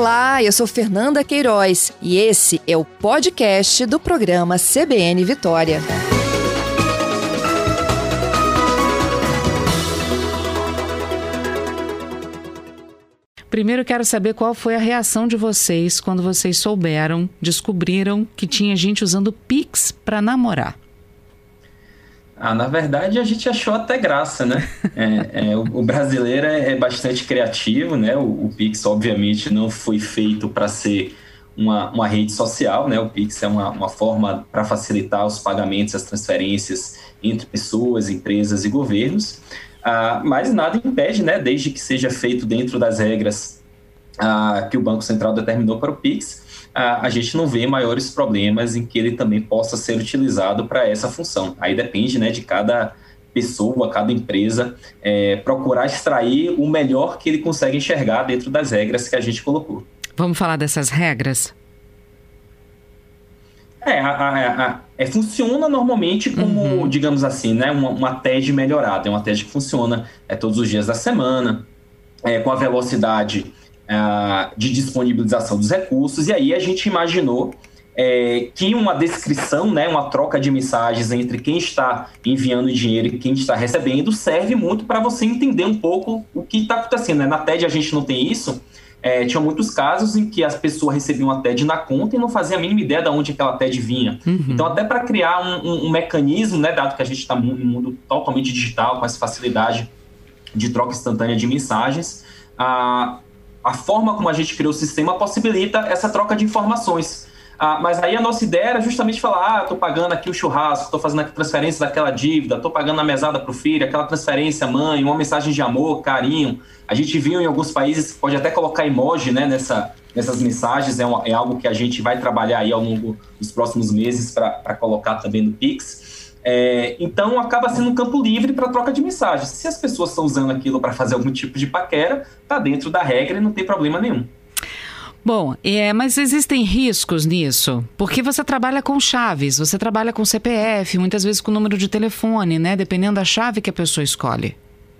Olá, eu sou Fernanda Queiroz e esse é o podcast do programa CBN Vitória. Primeiro, quero saber qual foi a reação de vocês quando vocês descobriram que tinha gente usando Pix para namorar. Na verdade, a gente achou até graça, né? O brasileiro é bastante criativo, né? O Pix, obviamente, não foi feito para ser uma rede social, né? O Pix é uma forma para facilitar os pagamentos, as transferências entre pessoas, empresas e governos. Mas nada impede, né? Desde que seja feito dentro das regras que o Banco Central determinou para o Pix, a gente não vê maiores problemas em que ele também possa ser utilizado para essa função. Aí depende, né, de cada pessoa, cada empresa procurar extrair o melhor que ele consegue enxergar dentro das regras que a gente colocou. Vamos falar dessas regras? Funciona normalmente como, digamos assim, né, uma TED melhorada. É uma TED que funciona todos os dias da semana, com a velocidade de disponibilização dos recursos, e aí a gente imaginou que uma descrição, né, uma troca de mensagens entre quem está enviando dinheiro e quem está recebendo serve muito para você entender um pouco o que está acontecendo, né? Na TED a gente não tem isso. Tinha muitos casos em que as pessoas recebiam a TED na conta e não faziam a mínima ideia de onde aquela TED vinha. Então, até para criar um mecanismo, né, dado que a gente está num mundo totalmente digital, com essa facilidade de troca instantânea de mensagens, a forma como a gente criou o sistema possibilita essa troca de informações. Mas aí a nossa ideia era justamente falar, estou pagando aqui o churrasco, estou fazendo aqui transferência daquela dívida, estou pagando a mesada para o filho, aquela transferência, mãe, uma mensagem de amor, carinho. A gente viu em alguns países, pode até colocar emoji, né, nessas mensagens, é algo que a gente vai trabalhar aí ao longo dos próximos meses para colocar também no Pix. Então acaba sendo um campo livre para troca de mensagens. Se as pessoas estão usando aquilo para fazer algum tipo de paquera, está dentro da regra e não tem problema nenhum. Bom, mas existem riscos nisso? Porque você trabalha com chaves, você trabalha com CPF, muitas vezes com número de telefone, né? Dependendo da chave que a pessoa escolhe.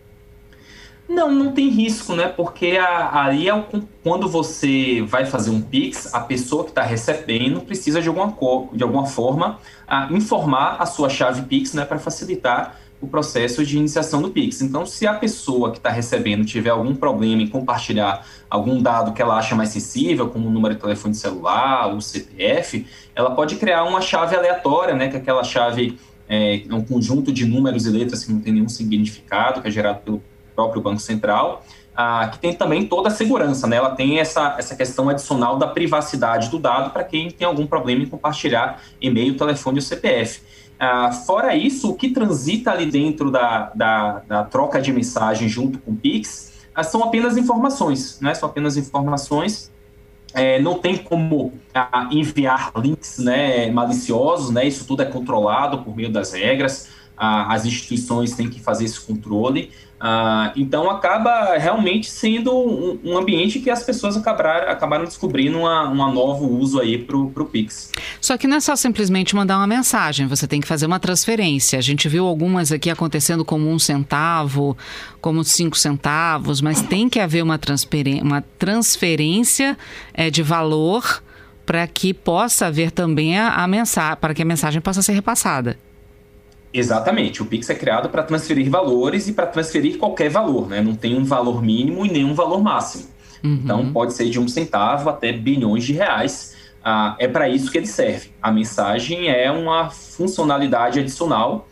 Não tem risco, né? Porque aí quando você vai fazer um Pix, a pessoa que está recebendo precisa de alguma forma informar a sua chave Pix, né, para facilitar o processo de iniciação do Pix. Então, se a pessoa que está recebendo tiver algum problema em compartilhar algum dado que ela acha mais sensível, como o número de telefone celular, o CPF, ela pode criar uma chave aleatória, né, que aquela chave é um conjunto de números e letras que não tem nenhum significado, que é gerado pelo próprio Banco Central, que tem também toda a segurança, né? Ela tem essa questão adicional da privacidade do dado para quem tem algum problema em compartilhar e-mail, telefone ou CPF. Fora isso, o que transita ali dentro da troca de mensagem junto com o Pix são apenas informações, né? São apenas informações. Não tem como enviar links, né, maliciosos, né? Isso tudo é controlado por meio das regras. As instituições têm que fazer esse controle. Então acaba realmente sendo um ambiente que as pessoas acabaram descobrindo um novo uso aí pro Pix. Só que não é só simplesmente mandar uma mensagem, você tem que fazer uma transferência. A gente viu algumas aqui acontecendo como 1 centavo, como 5 centavos, mas tem que haver uma transferência de valor para que possa haver também a mensagem, para que a mensagem possa ser repassada. Exatamente, o Pix é criado para transferir valores e para transferir qualquer valor, né? Não tem um valor mínimo e nem um valor máximo. Então pode ser de 1 centavo até bilhões de reais. É para isso que ele serve. A mensagem é uma funcionalidade adicional,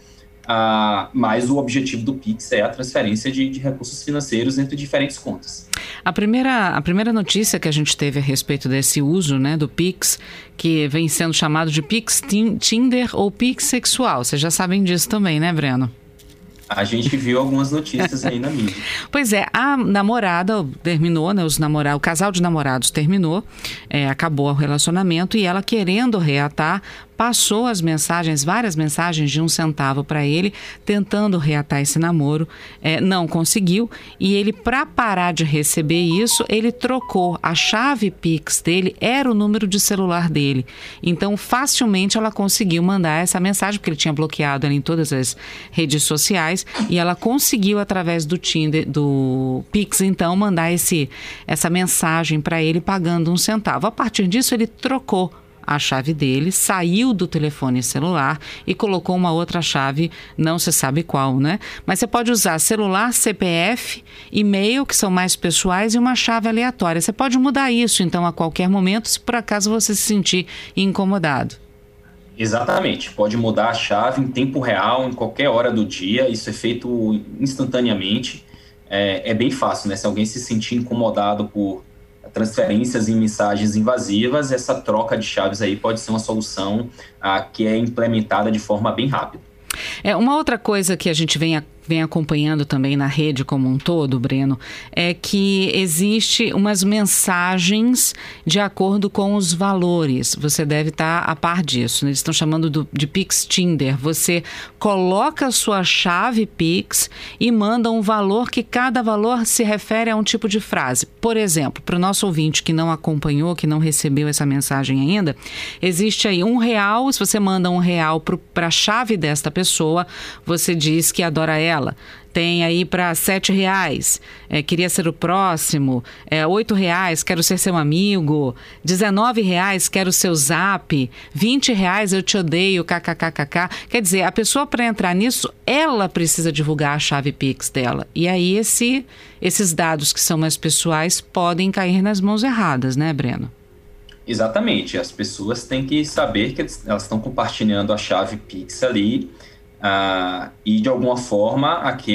mas o objetivo do Pix é a transferência de recursos financeiros entre diferentes contas. A primeira notícia que a gente teve a respeito desse uso, né, do Pix, que vem sendo chamado de Pix Tinder ou Pix sexual. Vocês já sabem disso também, né, Breno? A gente viu algumas notícias aí na mídia. Pois é, a namorada terminou, né, o casal de namorados terminou, acabou o relacionamento e ela querendo reatar, passou as mensagens, várias mensagens de R$1 para ele, tentando reatar esse namoro, não conseguiu, e ele, para parar de receber isso, ele trocou a chave Pix dele, era o número de celular dele. Então, facilmente ela conseguiu mandar essa mensagem, porque ele tinha bloqueado ela em todas as redes sociais, e ela conseguiu, através do Tinder, do Pix, então, mandar essa mensagem para ele, pagando R$1. A partir disso, ele trocou a chave dele, saiu do telefone celular e colocou uma outra chave, não se sabe qual, né? Mas você pode usar celular, CPF, e-mail, que são mais pessoais, e uma chave aleatória. Você pode mudar isso, então, a qualquer momento, se por acaso você se sentir incomodado. Exatamente, pode mudar a chave em tempo real, em qualquer hora do dia, isso é feito instantaneamente. É bem fácil, né? Se alguém se sentir incomodado por transferências e mensagens invasivas, essa troca de chaves aí pode ser uma solução que é implementada de forma bem rápida. Uma outra coisa que a gente vem acompanhando também na rede como um todo, Breno, é que existe umas mensagens de acordo com os valores. Você deve estar a par disso, né? Eles estão chamando de Pix Tinder. Você coloca a sua chave Pix e manda um valor que cada valor se refere a um tipo de frase. Por exemplo, para o nosso ouvinte que não acompanhou, que não recebeu essa mensagem ainda, existe aí R$1. Se você manda R$1 para a chave desta pessoa, você diz que adora ela. Tem aí para R$7, queria ser o próximo, R$8, quero ser seu amigo, R$19, quero seu zap, R$20, eu te odeio, kkkk. Quer dizer, a pessoa, para entrar nisso, ela precisa divulgar a chave Pix dela. E aí esses dados que são mais pessoais podem cair nas mãos erradas, né, Breno? Exatamente, as pessoas têm que saber que elas estão compartilhando a chave Pix ali, e de alguma forma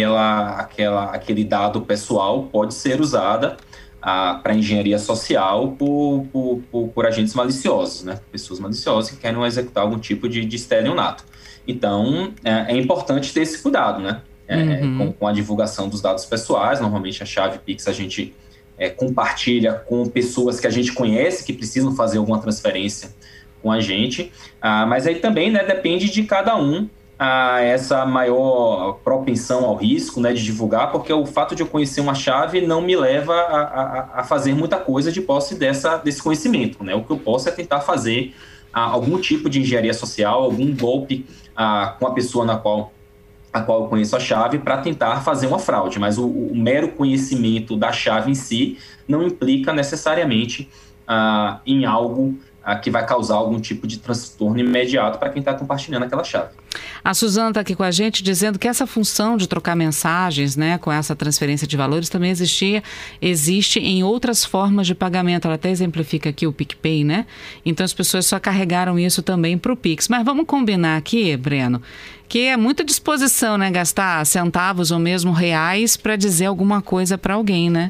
aquele dado pessoal pode ser usada para engenharia social por agentes maliciosos, né? Pessoas maliciosas que querem executar algum tipo de estelionato. Então, é importante ter esse cuidado, né? Com a divulgação dos dados pessoais. Normalmente a chave Pix a gente compartilha com pessoas que a gente conhece, que precisam fazer alguma transferência com a gente, mas aí também, né, depende de cada um essa maior propensão ao risco, né, de divulgar, porque o fato de eu conhecer uma chave não me leva a fazer muita coisa de posse desse conhecimento, né? O que eu posso é tentar fazer algum tipo de engenharia social, algum golpe com a pessoa a qual eu conheço a chave, para tentar fazer uma fraude, mas o mero conhecimento da chave em si não implica necessariamente em algo que vai causar algum tipo de transtorno imediato para quem está compartilhando aquela chave. A Suzana está aqui com a gente dizendo que essa função de trocar mensagens, né, com essa transferência de valores também existe em outras formas de pagamento. Ela até exemplifica aqui o PicPay, né? Então as pessoas só carregaram isso também para o Pix. Mas vamos combinar aqui, Breno, que é muita disposição, né, gastar centavos ou mesmo reais para dizer alguma coisa para alguém, né?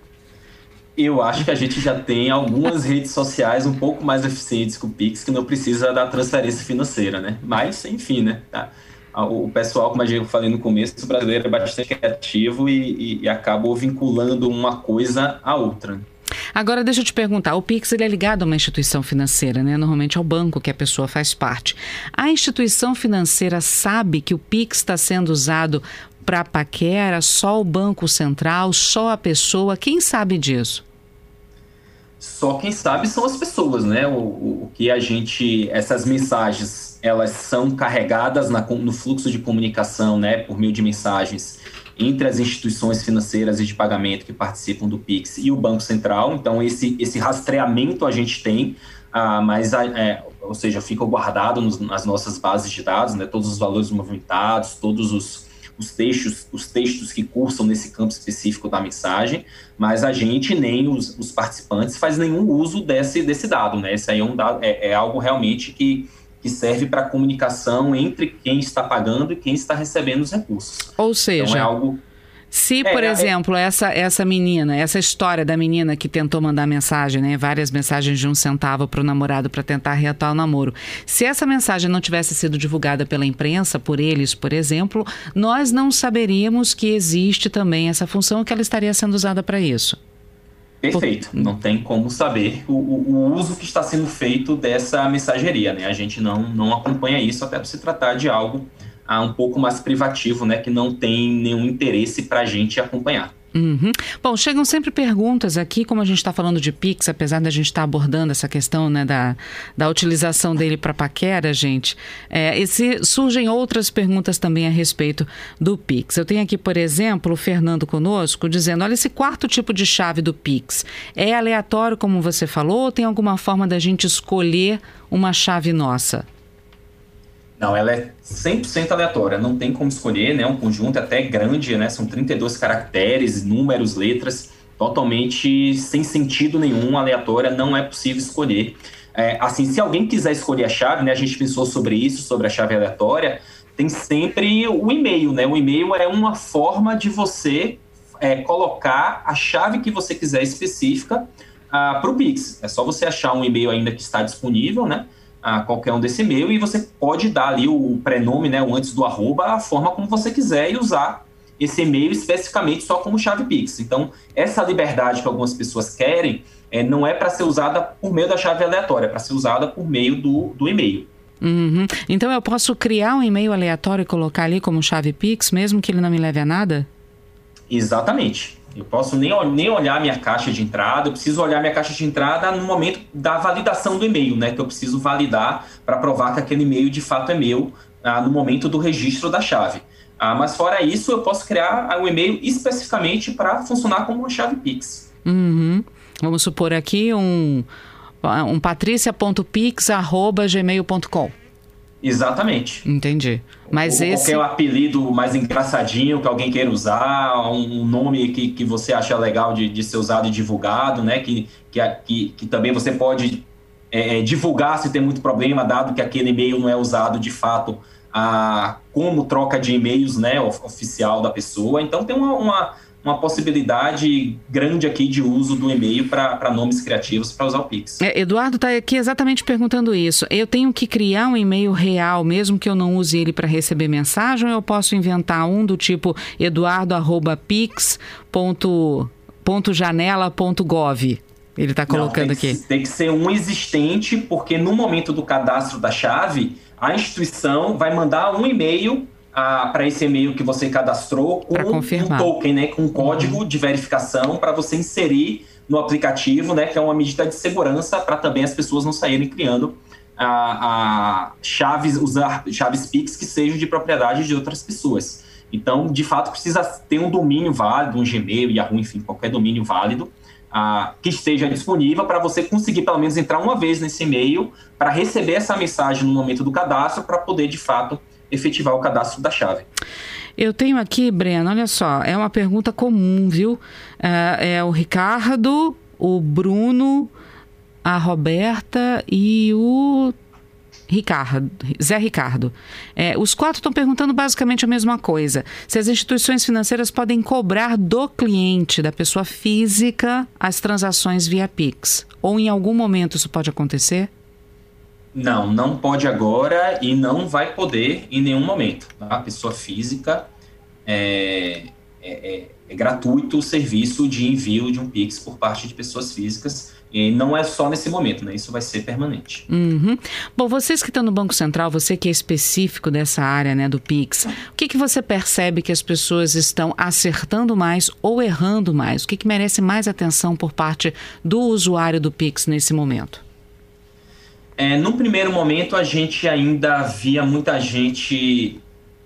Eu acho que a gente já tem algumas redes sociais um pouco mais eficientes que o Pix, que não precisa da transferência financeira, né? Mas, enfim, né? O pessoal, como eu falei no começo, o brasileiro é bastante criativo e acaba vinculando uma coisa à outra. Agora, deixa eu te perguntar, o Pix ele é ligado a uma instituição financeira, né? Normalmente ao banco que a pessoa faz parte. A instituição financeira sabe que o Pix está sendo usado para paquera, só o Banco Central, só a pessoa? Quem sabe disso? Só quem sabe são as pessoas, né? O que essas mensagens, elas são carregadas no fluxo de comunicação, né? Por meio de mensagens entre as instituições financeiras e de pagamento que participam do Pix e o Banco Central. Então, esse rastreamento a gente tem, ou seja, fica guardado nas nossas bases de dados, né? Todos os valores movimentados, todos os textos que cursam nesse campo específico da mensagem, mas a gente nem os participantes faz nenhum uso desse dado, né? Esse aí é algo realmente que serve para comunicação entre quem está pagando e quem está recebendo os recursos. Ou seja, então é algo... Se, por exemplo, essa menina, essa história da menina que tentou mandar mensagem, né, várias mensagens de R$1 para o namorado para tentar reatar o namoro, se essa mensagem não tivesse sido divulgada pela imprensa, por eles, por exemplo, nós não saberíamos que existe também essa função, que ela estaria sendo usada para isso. Perfeito. Não tem como saber o uso que está sendo feito dessa mensageria, né? A gente não acompanha isso, até por se tratar de algo um pouco mais privativo, né? Que não tem nenhum interesse para a gente acompanhar. Uhum. Bom, chegam sempre perguntas aqui, como a gente está falando de Pix, apesar da gente estar abordando essa questão, né, da utilização dele para paquera, gente, surgem outras perguntas também a respeito do Pix. Eu tenho aqui, por exemplo, o Fernando conosco, dizendo, olha, esse quarto tipo de chave do Pix é aleatório, como você falou, ou tem alguma forma da gente escolher uma chave nossa? Não, ela é 100% aleatória, não tem como escolher, né? Um conjunto até grande, né? São 32 caracteres, números, letras, totalmente sem sentido nenhum, aleatória, não é possível escolher. Assim, se alguém quiser escolher a chave, né? A gente pensou sobre isso, sobre a chave aleatória, tem sempre o e-mail, né? O e-mail é uma forma de você colocar a chave que você quiser específica para o Pix. É só você achar um e-mail ainda que está disponível, né? Qualquer um desse e-mail, e você pode dar ali o prenome, né, o antes do arroba, a forma como você quiser e usar esse e-mail especificamente só como chave Pix. Então, essa liberdade que algumas pessoas querem não é para ser usada por meio da chave aleatória, é para ser usada por meio do e-mail. Uhum. Então, eu posso criar um e-mail aleatório e colocar ali como chave Pix, mesmo que ele não me leve a nada? Exatamente. Eu posso nem olhar minha caixa de entrada, eu preciso olhar minha caixa de entrada no momento da validação do e-mail, né? Que eu preciso validar para provar que aquele e-mail de fato é meu no momento do registro da chave. Mas fora isso, eu posso criar um e-mail especificamente para funcionar como uma chave Pix. Uhum. Vamos supor aqui um patricia.pix@gmail.com. Exatamente. Entendi. Mas qualquer apelido mais engraçadinho que alguém queira usar, um nome que você acha legal de ser usado e divulgado, né? Que também você pode divulgar se tem muito problema, dado que aquele e-mail não é usado de fato como troca de e-mails, né, oficial da pessoa. Então tem uma possibilidade grande aqui de uso do e-mail para nomes criativos para usar o Pix. Eduardo está aqui exatamente perguntando isso. Eu tenho que criar um e-mail real, mesmo que eu não use ele para receber mensagem, ou eu posso inventar um do tipo eduardo@pix.janela.gov? Ele está colocando aqui. Tem que ser um existente, porque no momento do cadastro da chave, a instituição vai mandar um e-mail para esse e-mail que você cadastrou com um token, né, com um código de verificação para você inserir no aplicativo, né, que é uma medida de segurança para também as pessoas não saírem criando usar chaves Pix que sejam de propriedade de outras pessoas. Então, de fato, precisa ter um domínio válido, um Gmail, Yahoo, enfim, qualquer domínio válido que esteja disponível para você conseguir pelo menos entrar uma vez nesse e-mail para receber essa mensagem no momento do cadastro para poder, de fato, efetivar o cadastro da chave. Eu tenho aqui, Breno, olha só, é uma pergunta comum, viu? É o Ricardo, o Bruno, a Roberta e o Zé Ricardo. Os 4 estão perguntando basicamente a mesma coisa. Se as instituições financeiras podem cobrar do cliente, da pessoa física, as transações via Pix. Ou em algum momento isso pode acontecer? Não pode agora e não vai poder em nenhum momento. Tá? A pessoa física é gratuito o serviço de envio de um Pix por parte de pessoas físicas e não é só nesse momento, né? Isso vai ser permanente. Uhum. Bom, vocês que estão no Banco Central, você que é específico dessa área, né, do Pix, o que você percebe que as pessoas estão acertando mais ou errando mais? O que merece mais atenção por parte do usuário do Pix nesse momento? No primeiro momento, a gente ainda via muita gente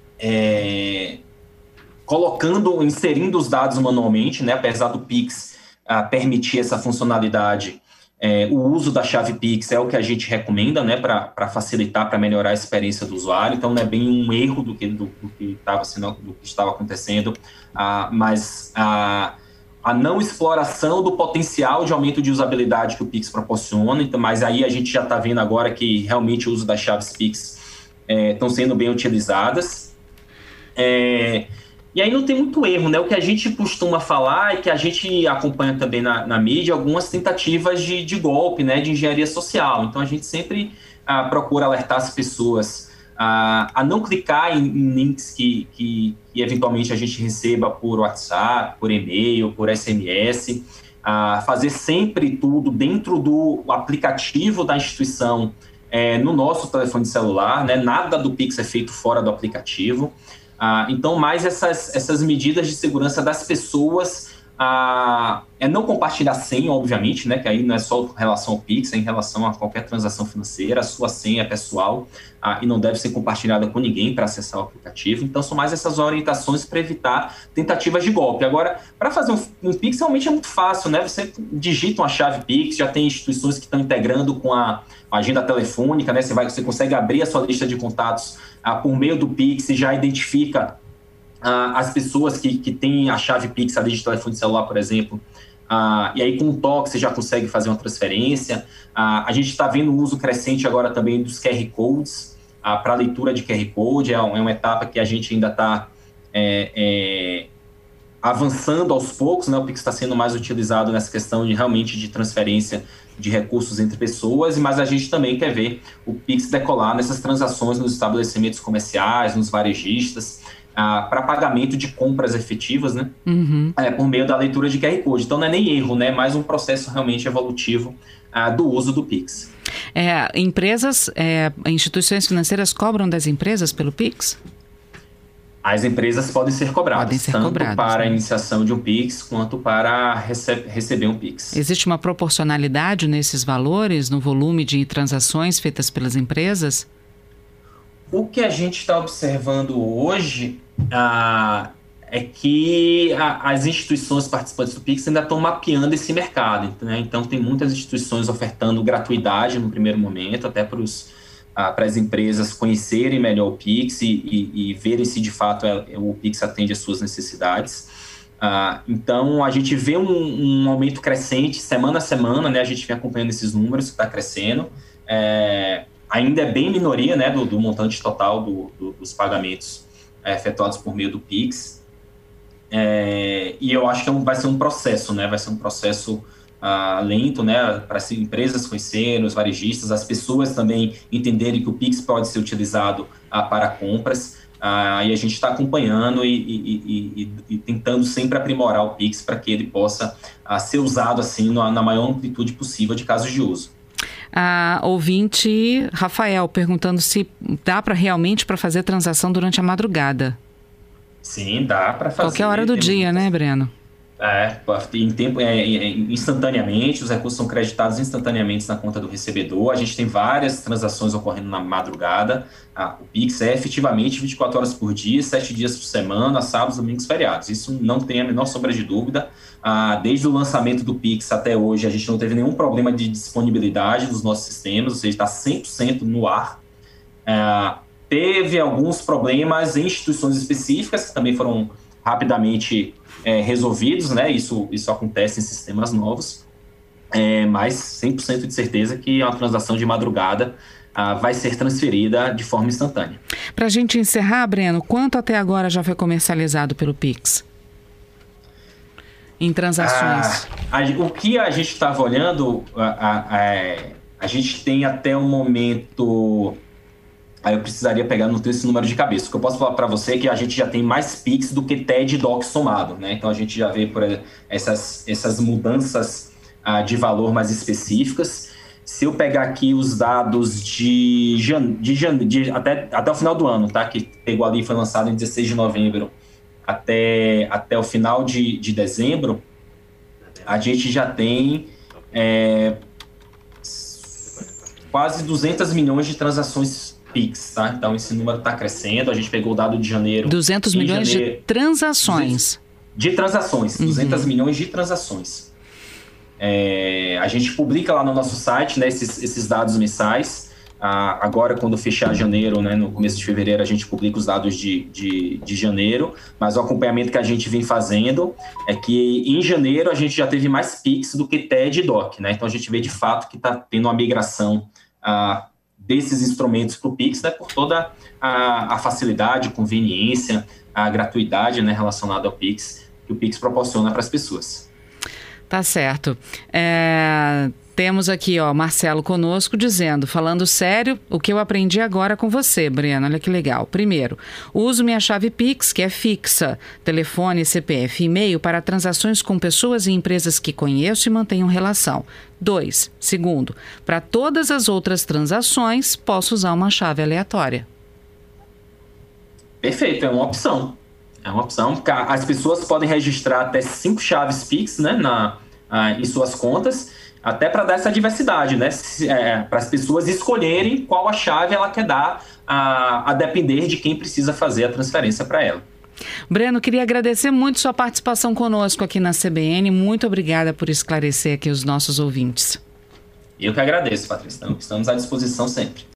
inserindo os dados manualmente, né? Apesar do Pix permitir essa funcionalidade, o uso da chave Pix é o que a gente recomenda, né? Para facilitar, para melhorar a experiência do usuário. Então, não é bem um erro do que estava acontecendo, mas a não exploração do potencial de aumento de usabilidade que o Pix proporciona. Então, mas aí a gente já está vendo agora que realmente o uso das chaves Pix estão sendo bem utilizadas. E aí não tem muito erro, né? O que a gente costuma falar e que a gente acompanha também na mídia, algumas tentativas de golpe, né? De engenharia social. Então a gente sempre procura alertar as pessoas a não clicar em links que eventualmente a gente receba por WhatsApp, por e-mail, por SMS, fazer sempre tudo dentro do aplicativo da instituição, no nosso telefone celular, né? Nada do Pix é feito fora do aplicativo. Então, mais essas medidas de segurança das pessoas, não compartilhar senha, obviamente, né? Que aí não é só em relação ao Pix, é em relação a qualquer transação financeira, a sua senha é pessoal, e não deve ser compartilhada com ninguém para acessar o aplicativo. Então, são mais essas orientações para evitar tentativas de golpe. Agora, para fazer um Pix, realmente é muito fácil, né? Você digita uma chave Pix, já tem instituições que estão integrando com a agenda telefônica, né? Você consegue abrir a sua lista de contatos por meio do Pix e já identifica as pessoas que têm a chave Pix ali de telefone celular, por exemplo, e aí com um toque você já consegue fazer uma transferência. A gente está vendo o uso crescente agora também dos QR Codes, para leitura de QR Code, é uma etapa que a gente ainda está avançando aos poucos, né? O Pix está sendo mais utilizado nessa questão de realmente de transferência de recursos entre pessoas, mas a gente também quer ver o Pix decolar nessas transações nos estabelecimentos comerciais, nos varejistas, para pagamento de compras efetivas, né? Por meio da leitura de QR Code. Então não é nem erro, né? Mais um processo realmente evolutivo do uso do Pix. Instituições financeiras cobram das empresas pelo Pix? As empresas podem ser cobradas, tanto para a iniciação de um Pix, quanto para receber um Pix. Existe uma proporcionalidade nesses valores, no volume de transações feitas pelas empresas? O que a gente está observando hoje é que as instituições participantes do Pix ainda estão mapeando esse mercado, né? Então, tem muitas instituições ofertando gratuidade no primeiro momento, até para as empresas conhecerem melhor o Pix e verem se de fato o Pix atende às suas necessidades. Então, a gente vê um aumento crescente semana a semana, né? A gente vem acompanhando esses números que está crescendo. Ainda é bem minoria, né, do montante total dos pagamentos efetuados por meio do Pix. E eu acho que vai ser um processo, né? Vai ser um processo lento, né, para as empresas conhecerem, os varejistas, as pessoas também entenderem que o Pix pode ser utilizado para compras, e a gente está acompanhando e tentando sempre aprimorar o Pix para que ele possa ser usado assim na maior amplitude possível de casos de uso. Ouvinte Rafael perguntando se dá realmente para fazer transação durante a madrugada. Sim, dá para fazer. Qualquer hora do dia, né, Breno? Em tempo, instantaneamente, os recursos são creditados instantaneamente na conta do recebedor. A gente tem várias transações ocorrendo na madrugada. O Pix é efetivamente 24 horas por dia, 7 dias por semana, sábados, domingos, feriados. Isso não tem a menor sombra de dúvida. Desde o lançamento do Pix até hoje, a gente não teve nenhum problema de disponibilidade dos nossos sistemas, ou seja, está 100% no ar. Teve alguns problemas em instituições específicas que também foram rapidamente resolvidos, né? Isso acontece em sistemas novos, mas 100% de certeza que uma transação de madrugada vai ser transferida de forma instantânea. Para a gente encerrar, Breno, quanto até agora já foi comercializado pelo Pix? Em transações? O que a gente estava olhando, a gente tem até o momento... eu precisaria pegar, não tenho esse número de cabeça. O que eu posso falar para você é que a gente já tem mais Pix do que TED e DOC somado, né? Então a gente já vê por essas mudanças de valor mais específicas. Se eu pegar aqui os dados até o final do ano, tá? Que pegou ali, foi lançado em 16 de novembro até o final de dezembro, a gente já tem quase 200 milhões de transações Pix, tá? Então esse número está crescendo. A gente pegou o dado de janeiro. 200 milhões de transações. De transações, 200 milhões de transações. A gente publica lá no nosso site, né, esses dados mensais. Agora, quando fechar janeiro, né, no começo de fevereiro, a gente publica os dados de janeiro, mas o acompanhamento que a gente vem fazendo é que em janeiro a gente já teve mais Pix do que TED e DOC, né? Então a gente vê de fato que está tendo uma migração desses instrumentos para o Pix, né, por toda a facilidade, conveniência, a gratuidade, né, relacionada ao Pix, que o Pix proporciona para as pessoas. Tá certo. Temos aqui, Marcelo conosco dizendo, falando sério, o que eu aprendi agora com você, Breno, olha que legal. Primeiro, uso minha chave Pix, que é fixa, telefone, CPF e e-mail para transações com pessoas e empresas que conheço e mantenho relação. 2. Segundo, para todas as outras transações, posso usar uma chave aleatória. Perfeito, é uma opção. É uma opção, porque as pessoas podem registrar até 5 chaves Pix, né, em suas contas, até para dar essa diversidade, né? Para as pessoas escolherem qual a chave ela quer dar, a depender de quem precisa fazer a transferência para ela. Breno, queria agradecer muito sua participação conosco aqui na CBN. Muito obrigada por esclarecer aqui os nossos ouvintes. Eu que agradeço, Patrícia. Estamos à disposição sempre.